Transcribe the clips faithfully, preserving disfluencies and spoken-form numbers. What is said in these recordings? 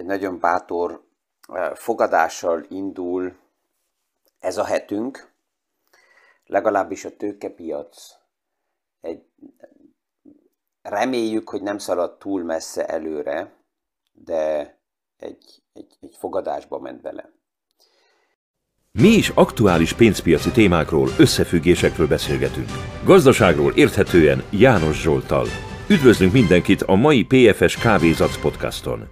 nagyon bátor fogadással indul ez a hetünk, legalábbis a tőkepiac. Egy, reméljük, hogy nem szalad túl messze előre, de egy, egy, egy fogadásba ment bele. Mi is aktuális pénzpiaci témákról, összefüggésekről beszélgetünk. Gazdaságról érthetően János Zsolttal. Üdvözlünk mindenkit a mai pé ef es Kávézac podcaston.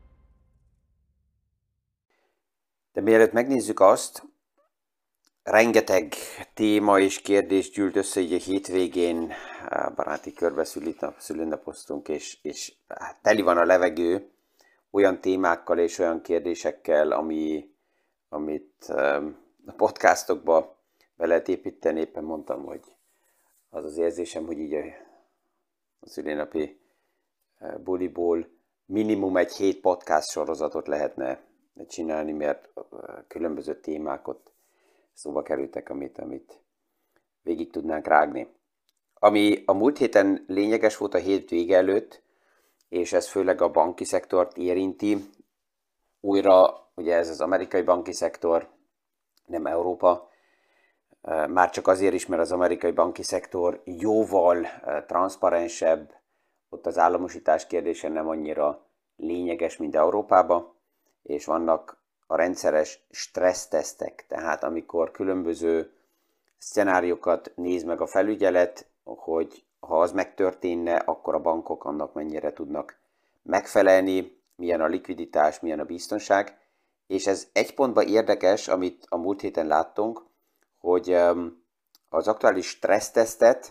De mielőtt megnézzük azt, rengeteg téma és kérdés gyűlt össze így a hétvégén, baráti körbe szülőnapoztunk, és, és teli van a levegő olyan témákkal és olyan kérdésekkel, ami, amit a podcastokba be lehet építeni. Éppen mondtam, hogy az az érzésem, hogy így a, a szülőnapi buliból minimum egy hét podcast sorozatot lehetne csinálni, mert különböző témák ott szóba kerültek, amit, amit végig tudnánk rágni. Ami a múlt héten lényeges volt a hét vége előtt, és ez főleg a banki szektort érinti. Újra, ugye ez az amerikai banki szektor, nem Európa. Már csak azért is, mert az amerikai banki szektor jóval transzparensebb, ott az államosítás kérdése nem annyira lényeges, mint Európában, és vannak a rendszeres stressztesztek, tehát amikor különböző szcenáriókat néz meg a felügyelet, hogy ha az megtörténne, akkor a bankok annak mennyire tudnak megfelelni, milyen a likviditás, milyen a biztonság. És ez egy pontban érdekes, amit a múlt héten láttunk, hogy az aktuális stressztesztet,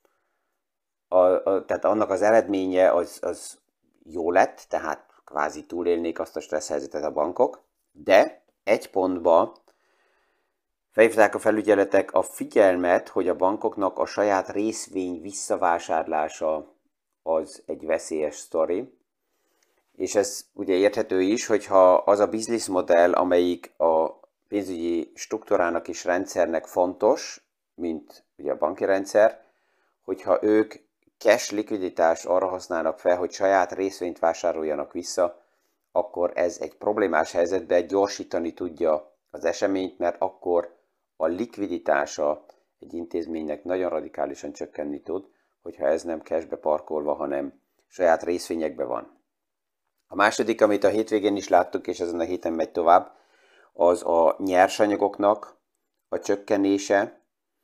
a, a, tehát annak az eredménye az, az jó lett, tehát kvázi túlélnék azt a stressz helyzetet a bankok, de egy pontban felhívták a felügyeletek a figyelmet, hogy a bankoknak a saját részvény visszavásárlása az egy veszélyes sztori. És ez ugye érthető is, hogyha az a bizniszmodell, amelyik a pénzügyi struktúrának és rendszernek fontos, mint ugye a banki rendszer, hogyha ők cash likviditást arra használnak fel, hogy saját részvényt vásároljanak vissza, akkor ez egy problémás helyzetbe gyorsítani tudja az eseményt, mert akkor a likviditása egy intézménynek nagyon radikálisan csökkenni tud, hogyha ez nem cashbe parkolva, hanem saját részvényekbe van. A második, amit a hétvégén is láttuk, és ezen a héten megy tovább, az a nyersanyagoknak a csökkenése,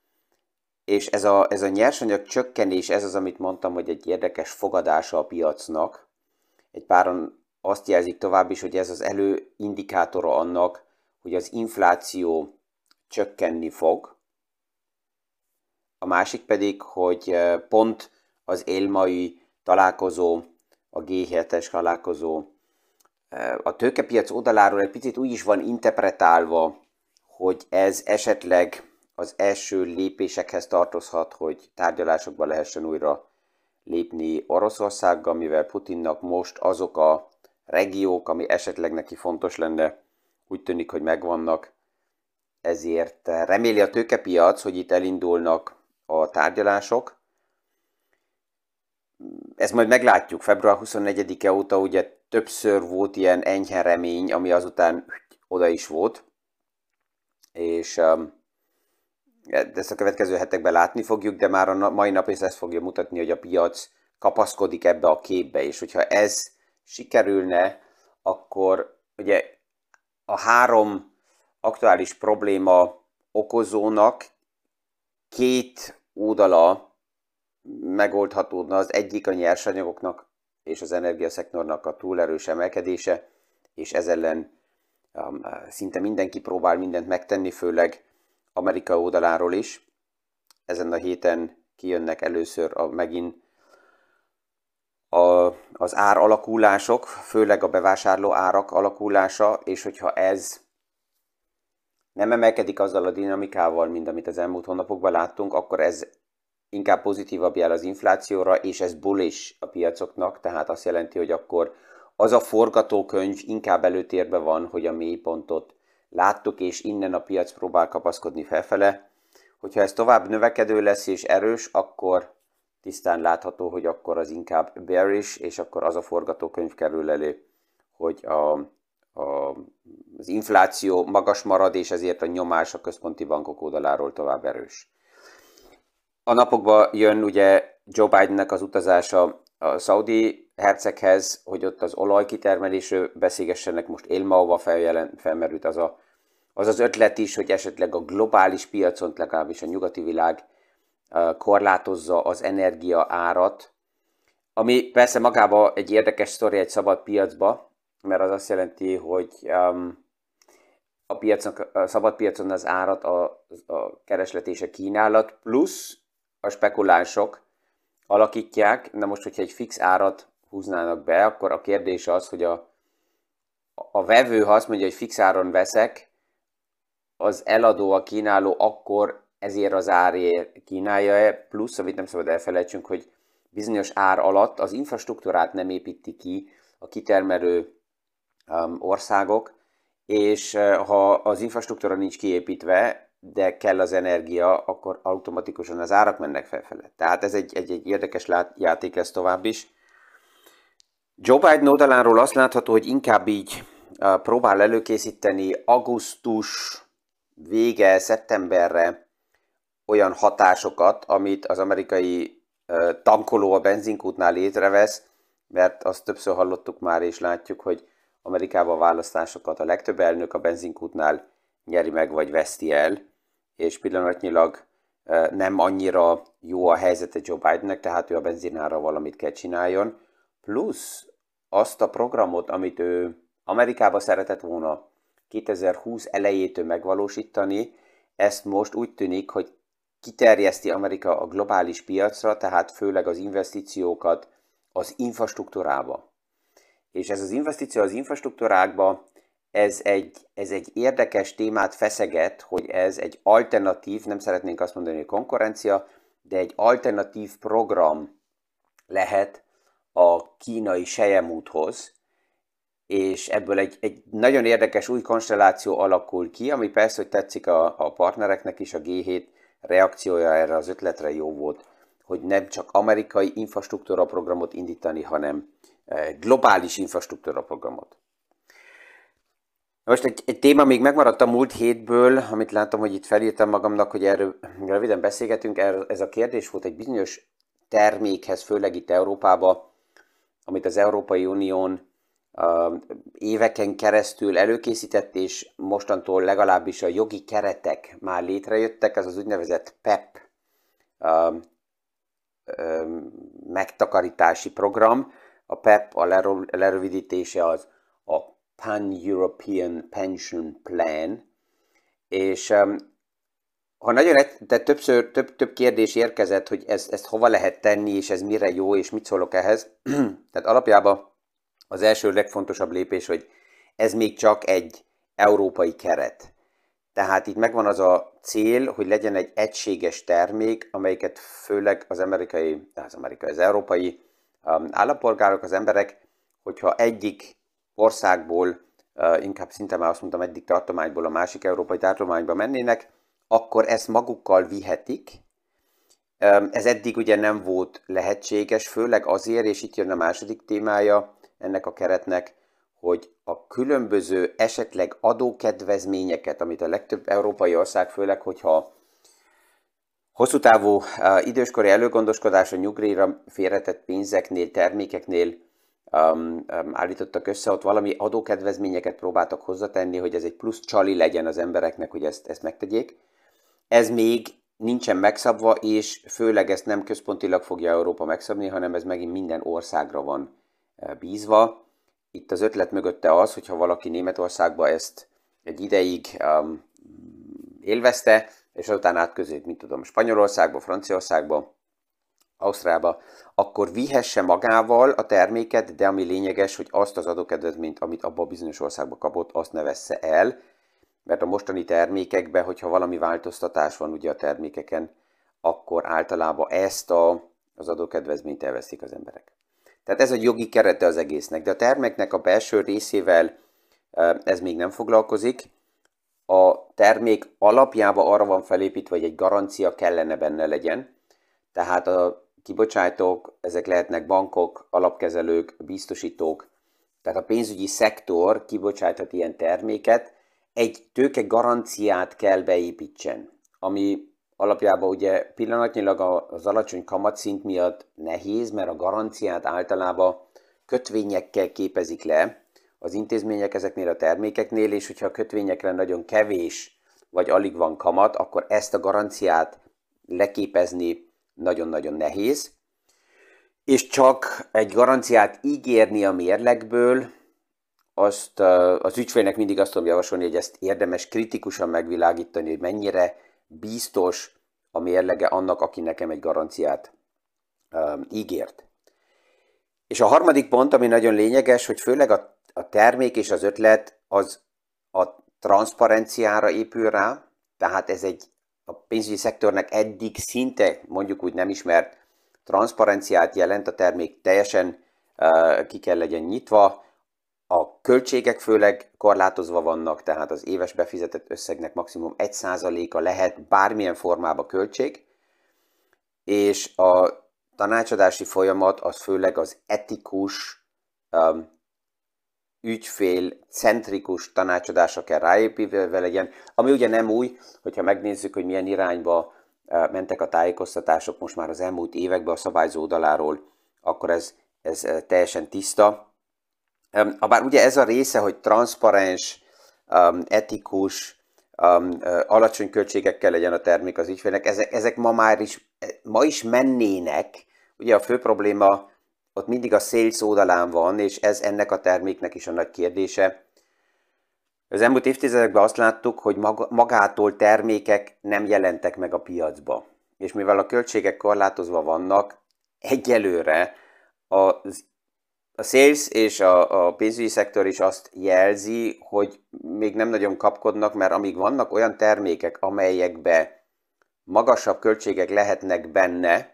és ez a, ez a nyersanyag csökkenés, ez az, amit mondtam, hogy egy érdekes fogadása a piacnak. Egy páron azt jelzik tovább is, hogy ez az előindikátora annak, hogy az infláció csökkenni fog. A másik pedig, hogy pont az élmai találkozó, a gé hetes találkozó, a tőkepiac oldaláról egy picit úgy is van interpretálva, hogy ez esetleg az első lépésekhez tartozhat, hogy tárgyalásokba lehessen újra lépni Oroszországgal, mivel Putinnak most azok a regiók, ami esetleg neki fontos lenne, úgy tűnik, hogy megvannak. Ezért reméli a tőkepiac, hogy itt elindulnak a tárgyalások. Ezt majd meglátjuk. február huszonnegyedike óta ugye többször volt ilyen enyhe remény, ami azután oda is volt. És um, ezt a következő hetekben látni fogjuk, de már a mai nap is ezt fogja mutatni, hogy a piac kapaszkodik ebbe a képbe, és hogyha ez sikerülne, akkor ugye a három aktuális probléma okozónak két oldala megoldhatódna. Az egyik a nyersanyagoknak és az energiaszektornak a túlerős emelkedése, és ez ellen um, szinte mindenki próbál mindent megtenni, főleg Amerika oldaláról is. Ezen a héten kijönnek először a, megint a, az ár alakulások, főleg a bevásárló árak alakulása, és hogyha ez nem emelkedik azzal a dinamikával, mint amit az elmúlt hónapokban láttunk, akkor ez inkább pozitívabb jel az inflációra, és ez bullish a piacoknak, tehát azt jelenti, hogy akkor az a forgatókönyv inkább előtérben van, hogy a mélypontot láttuk, és innen a piac próbál kapaszkodni felfele. Hogyha ez tovább növekedő lesz és erős, akkor tisztán látható, hogy akkor az inkább bearish, és akkor az a forgatókönyv kerül elő, hogy a, a, az infláció magas marad, és ezért a nyomás a központi bankok oldaláról tovább erős. A napokban jön ugye Joe Bidennek az utazása a szaudi herceghez, hogy ott az olajkitermelésről beszélgessenek. Most Élmaóba felmerült az, a, az az ötlet is, hogy esetleg a globális piacon, legalábbis a nyugati világ korlátozza az energia árat, ami persze magában egy érdekes sztori egy szabad piacba, mert az azt jelenti, hogy um, a, piacnak, a szabad piacon az árat a, a kereslet és a kínálat plusz a spekulánsok alakítják. Na most, hogyha egy fix árat húznának be, akkor a kérdés az, hogy a, a vevő, ha azt mondja, hogy fix áron veszek, az eladó, a kínáló akkor ezért az árért kínálja-e, plusz, amit nem szabad elfelejtsünk, hogy bizonyos ár alatt az infrastruktúrát nem építi ki a kitermelő um, országok, és uh, ha az infrastruktúra nincs kiépítve, de kell az energia, akkor automatikusan az árak mennek felfele. Tehát ez egy, egy, egy érdekes lát, játék lesz tovább is. Joe Biden oldaláról azt látható, hogy inkább így uh, próbál előkészíteni augusztus vége, szeptemberre olyan hatásokat, amit az amerikai uh, tankoló a benzinkútnál létrevesz, mert azt többször hallottuk már, és látjuk, hogy Amerikában a választásokat a legtöbb elnök a benzinkútnál nyeri meg, vagy veszti el, és pillanatnyilag uh, nem annyira jó a helyzete Joe Bidennek, tehát ő a benzinára valamit kell csináljon, plusz azt a programot, amit ő Amerikába szeretett volna kétezer-húsz elejétől megvalósítani, ezt most úgy tűnik, hogy kiterjeszti Amerika a globális piacra, tehát főleg az investíciókat az infrastruktúrába. És ez az investíció az infrastruktúrákba, ez egy, ez egy érdekes témát feszeget, hogy ez egy alternatív, nem szeretnénk azt mondani, hogy konkurencia, de egy alternatív program lehet a kínai selyemúthoz, és ebből egy, egy nagyon érdekes új konstelláció alakul ki, ami persze, hogy tetszik a, a partnereknek is, a gé hét reakciója erre az ötletre jó volt, hogy nem csak amerikai infrastruktúra programot indítani, hanem globális infrastruktúra programot. Most egy, egy téma még megmaradt a múlt hétből, amit látom, hogy itt felírtam magamnak, hogy erről röviden beszélgetünk. Ez a kérdés volt egy bizonyos termékhez, főleg itt Európában, amit az Európai Unión uh, éveken keresztül előkészített, és mostantól legalábbis a jogi keretek már létrejöttek, ez az úgynevezett pé e pé uh, uh, megtakarítási program. A pé e pé, a lerövidítése az a Pan-European Pension Plan, és um, ha nagyon, de többször, több, több kérdés érkezett, hogy ezt, ezt hova lehet tenni, és ez mire jó, és mit szólok ehhez. Tehát alapjában az első legfontosabb lépés, hogy ez még csak egy európai keret. Tehát itt megvan az a cél, hogy legyen egy egységes termék, amelyiket főleg az amerikai, az amerikai, az európai um, állampolgárok, az emberek, hogyha egyik országból, uh, inkább szinte már azt mondtam, egyik tartományból a másik európai tartományba mennének, akkor ezt magukkal vihetik. Ez eddig ugye nem volt lehetséges, főleg azért, és itt jön a második témája ennek a keretnek, hogy a különböző esetleg adókedvezményeket, amit a legtöbb európai ország, főleg hogyha hosszú távú uh, időskori előgondoskodásra, nyugdíjra félretett pénzeknél, termékeknél um, um, állítottak össze, ott valami adókedvezményeket próbáltak hozzátenni, hogy ez egy plusz csali legyen az embereknek, hogy ezt, ezt megtegyék. Ez még nincsen megszabva, és főleg ezt nem központilag fogja Európa megszabni, hanem ez megint minden országra van bízva. Itt az ötlet mögötte az, hogyha valaki Németországba ezt egy ideig um, élvezte, és azután átközött, mint tudom, Spanyolországba, Franciaországba, Ausztrába, akkor vihesse magával a terméket, de ami lényeges, hogy azt az adókedvezményt, amit abban a bizonyos országban kapott, azt ne vessze el, mert a mostani termékekben, hogyha valami változtatás van ugye a termékeken, akkor általában ezt a, az adókedvezményt elveszik az emberek. Tehát ez a jogi kerete az egésznek, de a terméknek a belső részével ez még nem foglalkozik. A termék alapjában arra van felépítve, hogy egy garancia kellene benne legyen, tehát a kibocsátók, ezek lehetnek bankok, alapkezelők, biztosítók, tehát a pénzügyi szektor kibocsáthat ilyen terméket, egy tőke garanciát kell beépítsen, ami alapjában ugye pillanatnyilag az alacsony kamatszint miatt nehéz, mert a garanciát általában kötvényekkel képezik le az intézmények ezeknél a termékeknél, és hogyha a kötvényekre nagyon kevés vagy alig van kamat, akkor ezt a garanciát leképezni nagyon-nagyon nehéz. És csak egy garanciát ígérni a mérlegből, azt az ügyfélnek mindig azt tudom javasolni, hogy ezt érdemes kritikusan megvilágítani, hogy mennyire biztos a mérlege annak, aki nekem egy garanciát um, ígért. És a harmadik pont, ami nagyon lényeges, hogy főleg a, a termék és az ötlet az a transzparenciára épül rá, tehát ez egy a pénzügyi szektornak eddig szinte mondjuk úgy nem ismert transzparenciát jelent, a termék teljesen uh, ki kell legyen nyitva, a költségek főleg korlátozva vannak, tehát az éves befizetett összegnek maximum egy százaléka lehet bármilyen formában költség, és a tanácsadási folyamat az főleg az etikus, um, ügyfél-centrikus tanácsadásra kell ráépülve legyen, ami ugye nem új, hogyha megnézzük, hogy milyen irányba uh, mentek a tájékoztatások most már az elmúlt években a szabályzó oldaláról, akkor ez, ez uh, teljesen tiszta. Um, bár ugye ez a része, hogy transzparens, um, etikus, um, uh, alacsony költségekkel legyen a termék az ügyfélnek, ezek, ezek ma már is, ma is mennének. Ugye a fő probléma ott mindig a sales oldalán van, és ez ennek a terméknek is a nagy kérdése. Az elmúlt évtizedekben azt láttuk, hogy magától termékek nem jelentek meg a piacba. És mivel a költségek korlátozva vannak, egyelőre az A sales és a, a pénzügyi szektor is azt jelzi, hogy még nem nagyon kapkodnak, mert amíg vannak olyan termékek, amelyekbe magasabb költségek lehetnek benne,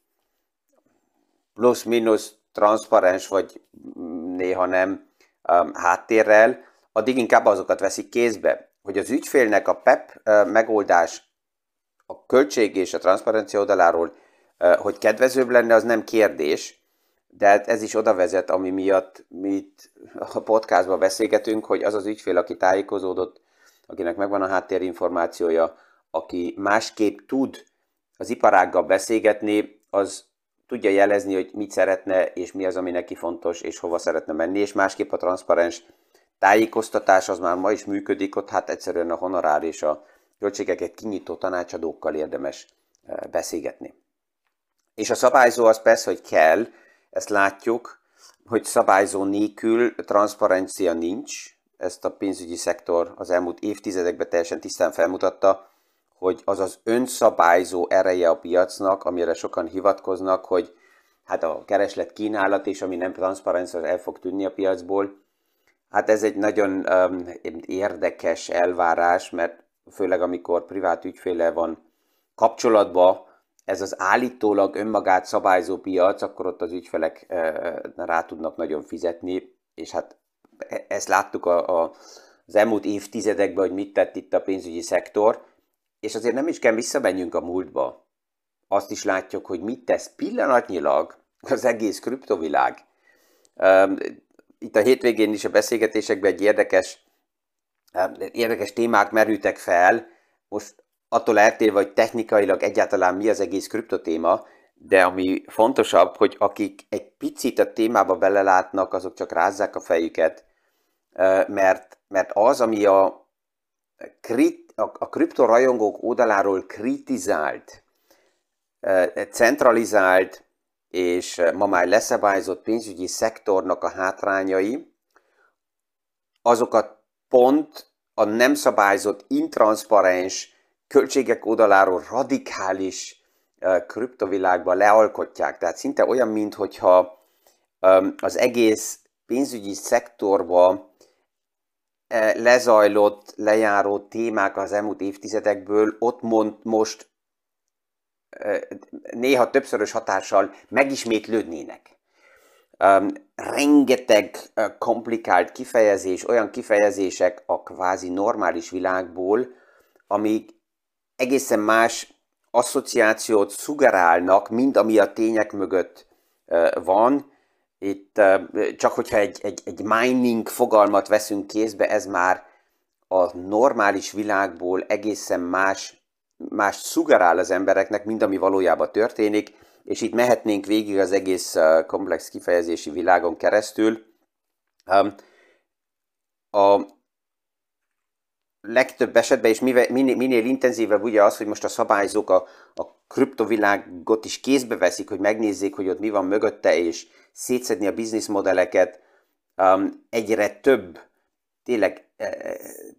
plusz-minusz transzparens vagy néha nem um, háttérrel, addig inkább azokat veszik kézbe. Hogy az ügyfélnek a pé e pé uh, megoldás a költség és a transzparencia oldaláról, uh, hogy kedvezőbb lenne, az nem kérdés. De hát ez is oda vezet, ami miatt mi itt a podcastban beszélgetünk, hogy az az ügyfél, aki tájékozódott, akinek megvan a háttérinformációja, aki másképp tud az iparággal beszélgetni, az tudja jelezni, hogy mit szeretne, és mi az, ami neki fontos, és hova szeretne menni, és másképp a transzparens tájékoztatás az már ma is működik, ott hát egyszerűen a honorár és a költségeket kinyitó tanácsadókkal érdemes beszélgetni. És a szabályzó az persze, hogy kell, ezt látjuk, hogy szabályzó nélkül transzparencia nincs. Ezt a pénzügyi szektor az elmúlt évtizedekben teljesen tisztán felmutatta, hogy az az önszabályzó ereje a piacnak, amire sokan hivatkoznak, hogy hát a kereslet kínálat, és ami nem transzparens, az el fog tűnni a piacból. Hát ez egy nagyon um, érdekes elvárás, mert főleg amikor privát ügyféllel van kapcsolatban, ez az állítólag önmagát szabályzó piac, akkor ott az ügyfelek rá tudnak nagyon fizetni, és hát ezt láttuk a, a, az elmúlt évtizedekben, hogy mit tett itt a pénzügyi szektor, és azért nem is kell visszamenjünk a múltba. Azt is látjuk, hogy mit tesz pillanatnyilag az egész kriptovilág. Itt a hétvégén is a beszélgetésekben egy érdekes, érdekes témák merültek fel, most attól eltérve, hogy technikailag egyáltalán mi az egész kriptotéma, de ami fontosabb, hogy akik egy picit a témába belelátnak, azok csak rázzák a fejüket, mert, mert az, ami a, a kriptorajongók oldaláról kritizált, centralizált és ma már leszabályozott pénzügyi szektornak a hátrányai, azokat pont a nem szabályozott, intranszparens, költségek oldaláról radikális uh, kriptovilágban lealkotják. Tehát szinte olyan, mintha um, az egész pénzügyi szektorban uh, lezajlott, lejáró témák az elmúlt évtizedekből ott mond, most uh, néha többszörös hatással megismétlődnének. Um, rengeteg uh, komplikált kifejezés, olyan kifejezések a kvázi normális világból, amik egészen más asszociációt szugerálnak, mint ami a tények mögött van, Itt csak hogyha egy, egy, egy mining fogalmat veszünk kézbe, ez már a normális világból egészen más, más szugerál az embereknek, mint ami valójában történik, és itt mehetnénk végig az egész komplex kifejezési világon keresztül. A legtöbb esetben, és mivel, minél, minél intenzívebb ugye az, hogy most a szabályzók a, a kriptovilágot is kézbe veszik, hogy megnézzék, hogy ott mi van mögötte, és szétszedni a bizniszmodelleket, um, egyre több tényleg eh,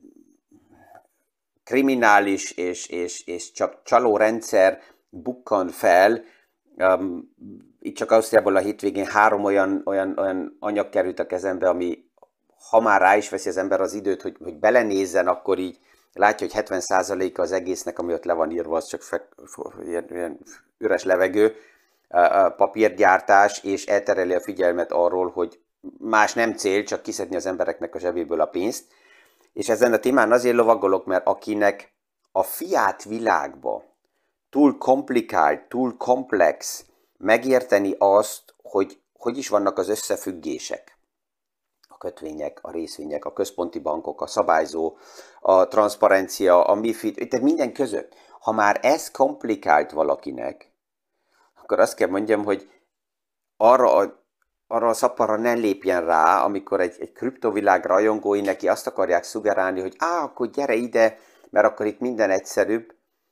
kriminális és, és, és csak csaló rendszer bukkan fel. Um, itt csak Ausztriából a hétvégén három olyan, olyan, olyan anyag került a kezembe, ami ha már rá is veszi az ember az időt, hogy, hogy belenézzen, akkor így látja, hogy hetven százaléka az egésznek, ami ott le van írva, az csak fe, ilyen, ilyen üres levegő, papírgyártás, és eltereli a figyelmet arról, hogy más nem cél, csak kiszedni az embereknek a zsebéből a pénzt. És ezen a témán azért lovagolok, mert akinek a fiát világba túl komplikált, túl komplex megérteni azt, hogy hogy is vannak az összefüggések, a kötvények, a részvények, a központi bankok, a szabályzó, a transzparencia, a MiFID, tehát minden között. Ha már ez komplikált valakinek, akkor azt kell mondjam, hogy arra a, arra a szappanra ne lépjen rá, amikor egy, egy kriptovilág rajongói neki azt akarják szugerálni, hogy á, akkor gyere ide, mert akkor itt minden egyszerűbb.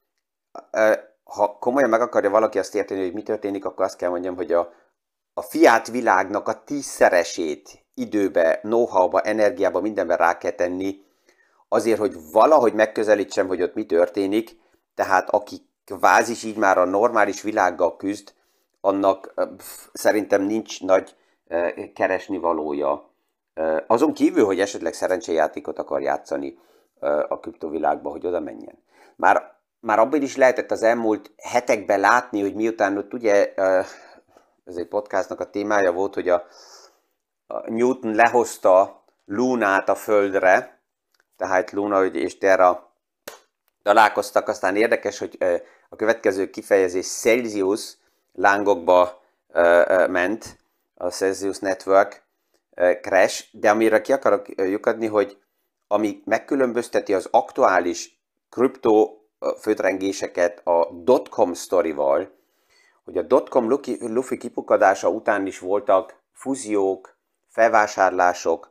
Ha komolyan meg akarja valaki azt érteni, hogy mi történik, akkor azt kell mondjam, hogy a, a fiát világnak a tízszeresét időbe, know-how-ba, energiába, mindenben rá kell tenni, azért, hogy valahogy megközelítsem, hogy ott mi történik, tehát aki kvázi így már a normális világgal küzd, annak pff, szerintem nincs nagy uh, keresnivalója. Uh, azon kívül, hogy esetleg szerencséjátékot akar játszani uh, a kriptovilágba, hogy oda menjen. Már, már abban is lehetett az elmúlt hetekben látni, hogy miután ott ugye, uh, ez egy podcastnak a témája volt, hogy a Newton lehozta Lunát a Földre, tehát Luna és Terra találkoztak, aztán érdekes, hogy a következő kifejezés Celsius lángokba ment, a Celsius Network crash, de amire ki akarok lyukadni, hogy ami megkülönbözteti az aktuális kripto földrengéseket a dotcom sztorival, hogy a dotcom lufi kipukadása után is voltak fúziók, felvásárlások,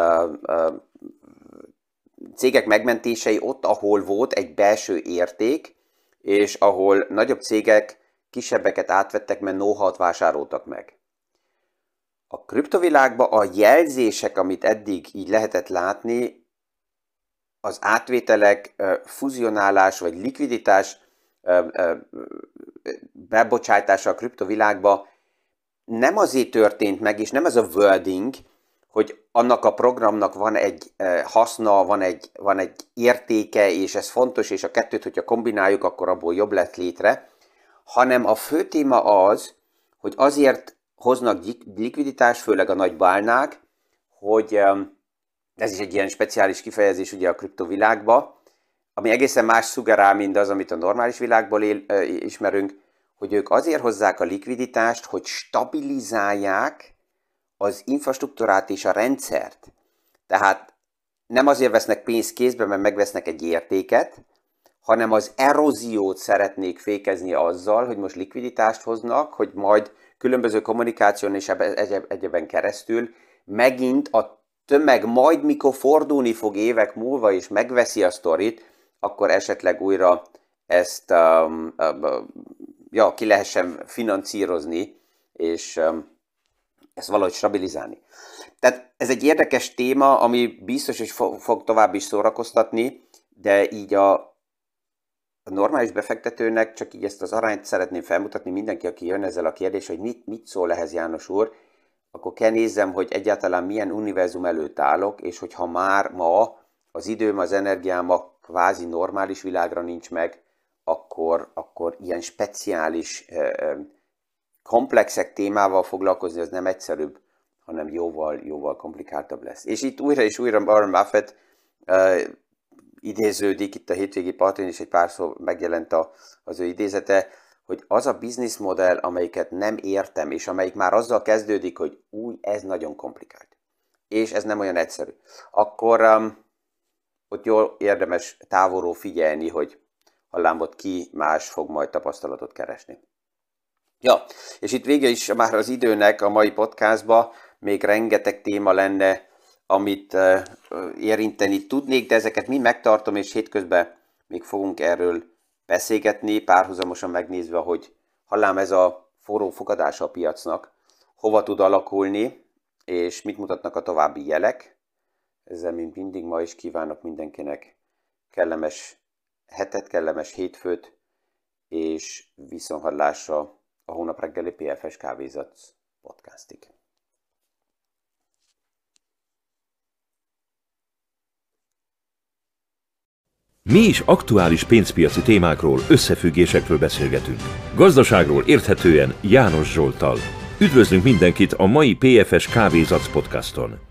cégek megmentései ott, ahol volt egy belső érték, és ahol nagyobb cégek kisebbeket átvettek, mert know-how-t vásároltak meg. A kriptovilágban a jelzések, amit eddig így lehetett látni, az átvételek, fuzionálás vagy likviditás bebocsátása a kriptovilágba nem azért történt meg, és nem ez a wording, hogy annak a programnak van egy haszna, van egy, van egy értéke, és ez fontos, és a kettőt, hogyha kombináljuk, akkor abból jobb lett létre, hanem a fő téma az, hogy azért hoznak likviditást, főleg a nagy bálnák, hogy ez is egy ilyen speciális kifejezés ugye a kriptovilágban, ami egészen más szugerál, mint az, amit a normális világból él, ismerünk, hogy ők azért hozzák a likviditást, hogy stabilizálják az infrastruktúrát és a rendszert. Tehát nem azért vesznek pénzt kézbe, mert megvesznek egy értéket, hanem az eróziót szeretnék fékezni azzal, hogy most likviditást hoznak, hogy majd különböző kommunikáción és egyeben keresztül megint a tömeg majd mikor fordulni fog évek múlva és megveszi a sztorit, akkor esetleg újra ezt um, um, ja, ki lehessen financírozni, és um, ezt valahogy stabilizálni. Tehát ez egy érdekes téma, ami biztos, hogy fog tovább is szórakoztatni, de így a, a normális befektetőnek csak így ezt az arányt szeretném felmutatni, mindenki, aki jön ezzel a kérdéssel, hogy mit, mit szól ehhez János úr, akkor kell nézzem, hogy egyáltalán milyen univerzum előtt állok, és hogyha már ma az időm, az energiám a kvázi normális világra nincs meg, akkor, akkor ilyen speciális, komplexek témával foglalkozni, az nem egyszerűbb, hanem jóval, jóval komplikáltabb lesz. És itt újra és újra Warren Buffett uh, idéződik, itt a hétvégi parton is egy pár szó megjelent a, az ő idézete, hogy az a bizniszmodell, amelyiket nem értem, és amelyik már azzal kezdődik, hogy új, ez nagyon komplikált, és ez nem olyan egyszerű, akkor um, ott jól érdemes távolról figyelni, hogy hallám ott ki más fog majd tapasztalatot keresni. Ja, és itt vége is már az időnek a mai podcastba, még rengeteg téma lenne, amit uh, érinteni tudnék, de ezeket mind megtartom, és hétközben még fogunk erről beszélgetni, párhuzamosan megnézve, hogy hallám ez a forró fogadása a piacnak, hova tud alakulni, és mit mutatnak a további jelek. Ezzel mint mindig ma is kívánok mindenkinek kellemes hetet, kellemes hétfőt, és viszonthallásra a hónap reggeli pé ef es Kávézac podcastig. Mi is aktuális pénzpiaci témákról, összefüggésekről beszélgetünk. Gazdaságról érthetően János Zsolttal. Üdvözlünk mindenkit a mai pé ef es Kávézac podcaston!